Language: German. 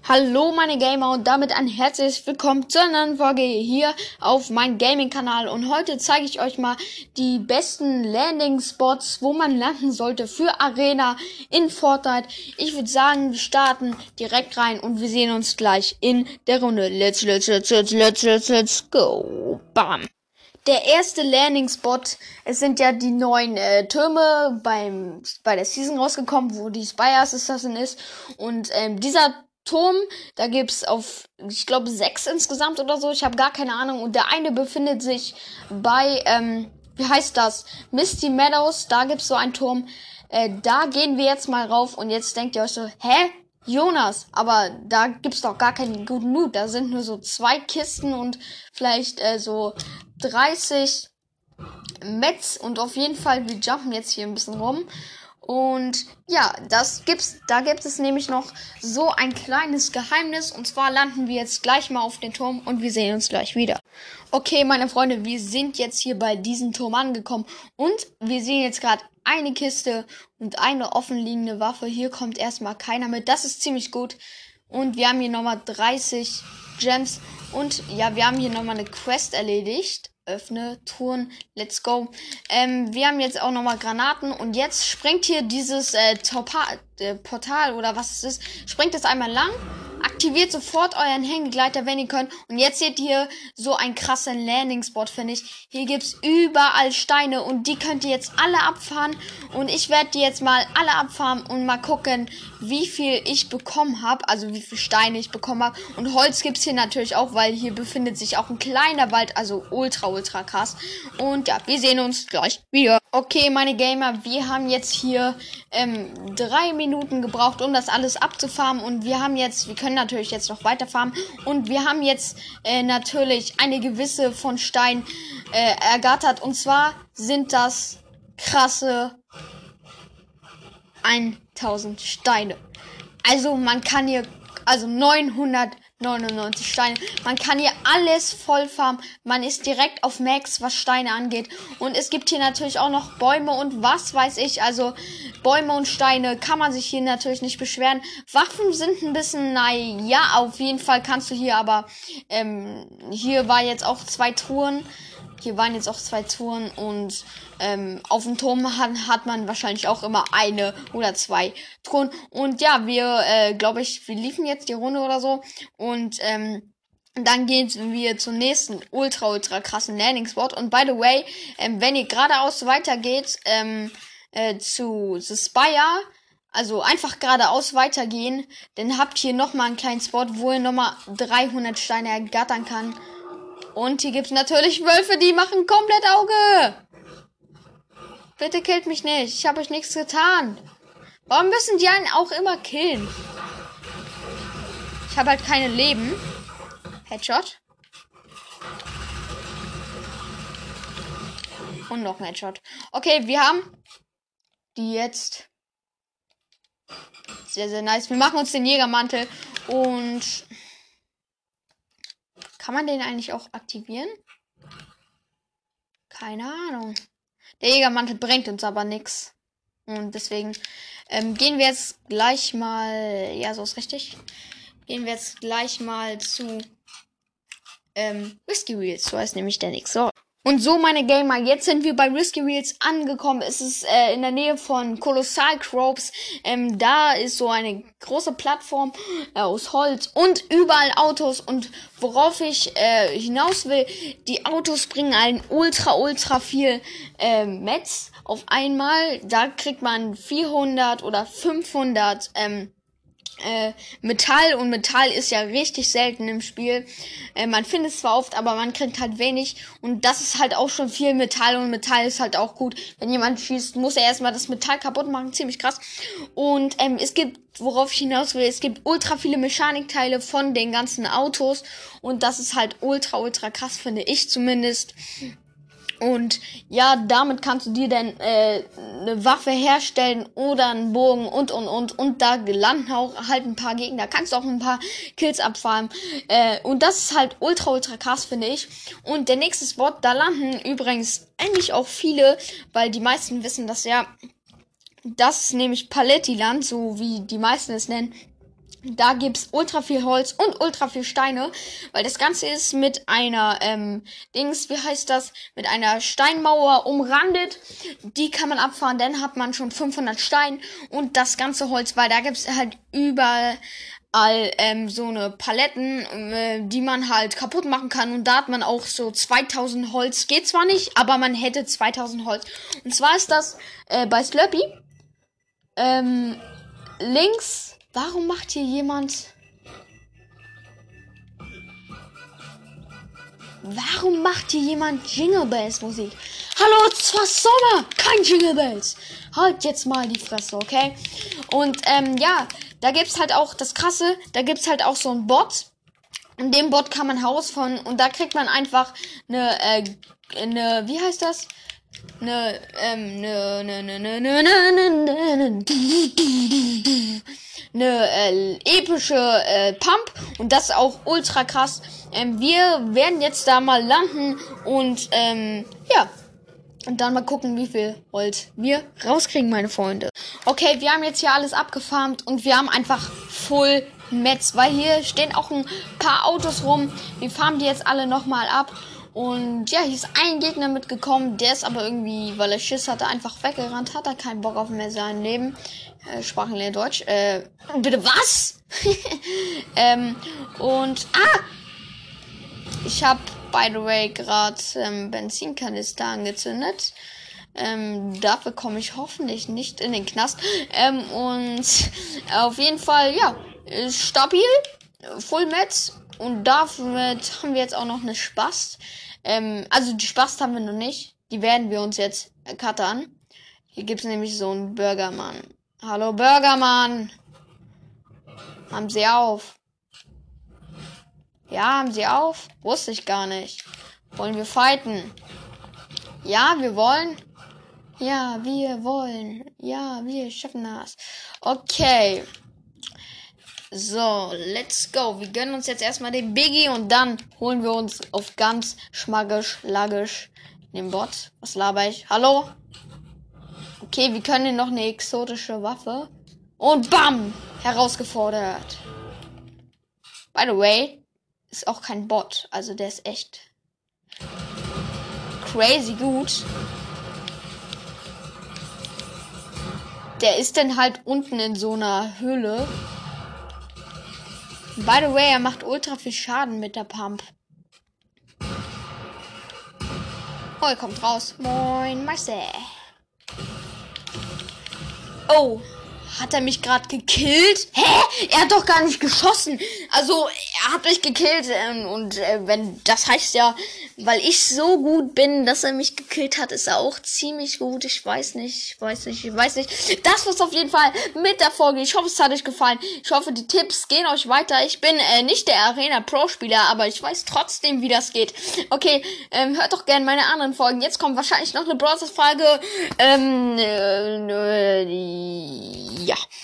Hallo meine Gamer und damit ein herzliches Willkommen zu einer neuen Folge hier auf meinem Gaming-Kanal. Und heute zeige ich euch mal die besten Landing-Spots, wo man landen sollte für Arena in Fortnite. Ich würde sagen, wir starten direkt rein und wir sehen uns gleich in der Runde. Let's go. Bam. Der erste Landing-Spot, es sind ja die neuen Türme bei der Season rausgekommen, wo die Spy Assassin ist. Und dieser Turm, da gibt's ich glaube 6 insgesamt oder so, ich habe gar keine Ahnung. Und der eine befindet sich bei, wie heißt das? Misty Meadows, da gibt's so einen Turm. Da gehen wir jetzt mal rauf und jetzt denkt ihr euch so, hä? Jonas, aber da gibt's doch gar keinen guten Loot. Da sind nur so 2 Kisten und vielleicht so 30 Mets und auf jeden Fall, wir jumpen jetzt hier ein bisschen rum. Und ja, da gibt es nämlich noch so ein kleines Geheimnis. Und zwar landen wir jetzt gleich mal auf den Turm und wir sehen uns gleich wieder. Okay, meine Freunde, wir sind jetzt hier bei diesem Turm angekommen. Und wir sehen jetzt gerade eine Kiste und eine offenliegende Waffe. Hier kommt erstmal keiner mit. Das ist ziemlich gut. Und wir haben hier nochmal 30 Gems. Und ja, wir haben hier nochmal eine Quest erledigt. Öffne Touren, let's go. Wir haben jetzt auch nochmal Granaten und jetzt springt hier dieses Portal oder was es ist, springt es einmal lang, aktiviert sofort euren Hängegleiter, wenn ihr könnt. Und jetzt seht ihr so einen krassen Landing-Spot, finde ich. Hier gibt's überall Steine und die könnt ihr jetzt alle abfahren. Und ich werde die jetzt mal alle abfahren und mal gucken, wie viel ich bekommen habe. Also wie viele Steine ich bekommen habe. Und Holz gibt's hier natürlich auch, weil hier befindet sich auch ein kleiner Wald. Also ultra krass. Und ja, wir sehen uns gleich wieder. Okay, meine Gamer, wir haben jetzt hier 3 Minuten gebraucht, um das alles abzufarmen. Und wir können natürlich jetzt noch weiter farmen. Und wir haben jetzt natürlich eine gewisse von Stein ergattert. Und zwar sind das krasse 1000 Steine. Also man kann hier, 999 Steine. Man kann hier alles voll farmen. Man ist direkt auf Max, was Steine angeht. Und es gibt hier natürlich auch noch Bäume und was weiß ich. Also Bäume und Steine kann man sich hier natürlich nicht beschweren. Waffen sind ein bisschen, naja, auf jeden Fall kannst du hier, aber hier war jetzt auch 2 Truhen. Hier waren jetzt auch 2 Touren und auf dem Turm hat man wahrscheinlich auch immer 1 oder 2 Touren. Und ja, wir liefen jetzt die Runde oder so. Und dann gehen wir zum nächsten ultra krassen Landing-Spot. Und by the way, wenn ihr geradeaus weitergeht zu The Spire, also einfach geradeaus weitergehen, dann habt ihr nochmal einen kleinen Spot, wo ihr nochmal 300 Steine ergattern kann. Und hier gibt's natürlich Wölfe, die machen komplett Auge. Bitte killt mich nicht. Ich habe euch nichts getan. Warum müssen die einen auch immer killen? Ich habe halt keine Leben. Headshot. Und noch ein Headshot. Okay, wir haben die jetzt. Sehr nice. Wir machen uns den Jägermantel. Und kann man den eigentlich auch aktivieren? Keine Ahnung. Der Jägermantel bringt uns aber nichts. Und deswegen gehen wir jetzt gleich mal. Ja, so ist richtig. Gehen wir jetzt gleich mal zu Risky Wheels. So heißt nämlich der nächste. Und so, meine Gamer, jetzt sind wir bei Risky Wheels angekommen. Es ist in der Nähe von Colossal Crops. Da ist so eine große Plattform aus Holz und überall Autos. Und worauf ich hinaus will, die Autos bringen einen ultra viel Metz auf einmal. Da kriegt man 400 oder 500 Metall, und Metall ist ja richtig selten im Spiel. Man findet es zwar oft, aber man kriegt halt wenig, und das ist halt auch schon viel Metall, und Metall ist halt auch gut. Wenn jemand schießt, muss er erstmal das Metall kaputt machen, ziemlich krass. Und es gibt, worauf ich hinaus will, es gibt ultra viele Mechanikteile von den ganzen Autos, und das ist halt ultra krass, finde ich zumindest. Und ja, damit kannst du dir dann eine Waffe herstellen oder einen Bogen und da landen auch halt ein paar Gegner. Da kannst du auch ein paar Kills abfarmen. Und das ist halt ultra krass, finde ich. Und der nächste Spot, da landen übrigens eigentlich auch viele, weil die meisten wissen das ja. Das ist nämlich Palettiland, so wie die meisten es nennen. Da gibt's ultra viel Holz und ultra viel Steine, weil das Ganze ist mit einer, wie heißt das, mit einer Steinmauer umrandet. Die kann man abfahren, dann hat man schon 500 Stein und das ganze Holz, weil da gibt's halt überall so eine Paletten, die man halt kaputt machen kann und da hat man auch so 2000 Holz. Geht zwar nicht, aber man hätte 2000 Holz. Und zwar ist das bei Slurpee. Links. Warum macht hier jemand... Warum macht hier jemand Jingle Bells Musik? Hallo, es ist fast Sommer, kein Jingle Bells. Halt jetzt mal die Fresse, okay? Und ja, da gibt's halt auch das Krasse, da gibt's halt auch so einen Bot. In dem Bot kann man herausfinden und da kriegt man einfach wie heißt das? Eine epische Pump und das ist auch ultra krass. Wir werden jetzt da mal landen und ja, und dann mal gucken, wie viel Holz wir rauskriegen, meine Freunde. Okay, wir haben jetzt hier alles abgefarmt und wir haben einfach Full Metz, weil hier stehen auch ein paar Autos rum. Wir farmen die jetzt alle nochmal ab. Und ja, hier ist ein Gegner mitgekommen, der ist aber irgendwie, weil er Schiss hatte, einfach weggerannt, hat er keinen Bock auf mehr sein Leben. Sprachenlehre Deutsch. Bitte was? Ich habe, by the way, gerade Benzinkanister angezündet. Dafür komme ich hoffentlich nicht in den Knast. Und auf jeden Fall, ja, ist stabil, Full Metz. Und damit haben wir jetzt auch noch eine Spast. Also die Spast haben wir noch nicht. Die werden wir uns jetzt cuttern. Hier gibt's nämlich so einen Burgermann. Hallo Burgermann. Haben Sie auf? Ja, haben Sie auf? Wusste ich gar nicht. Wollen wir fighten? Ja, wir wollen. Ja, wir wollen. Ja, wir schaffen das. Okay. So, let's go. Wir gönnen uns jetzt erstmal den Biggie und dann holen wir uns auf ganz schlagisch den Bot. Was laber ich? Hallo? Okay, wir können noch eine exotische Waffe. Und bam! Herausgefordert. By the way, ist auch kein Bot. Also der ist echt crazy gut. Der ist dann halt unten in so einer Höhle. By the way, er macht ultra viel Schaden mit der Pump. Oh, er kommt raus. Moin, Meister. Oh, hat er mich gerade gekillt? Hä? Er hat doch gar nicht geschossen. Also, er hat mich gekillt. Wenn das heißt ja, weil ich so gut bin, dass er mich gekillt hat, ist er auch ziemlich gut. Ich weiß nicht. Das war's auf jeden Fall mit der Folge. Ich hoffe, es hat euch gefallen. Ich hoffe, die Tipps gehen euch weiter. Ich bin nicht der Arena Pro Spieler, aber ich weiß trotzdem, wie das geht. Okay, hört doch gerne meine anderen Folgen. Jetzt kommt wahrscheinlich noch eine Browser-Frage. Ja.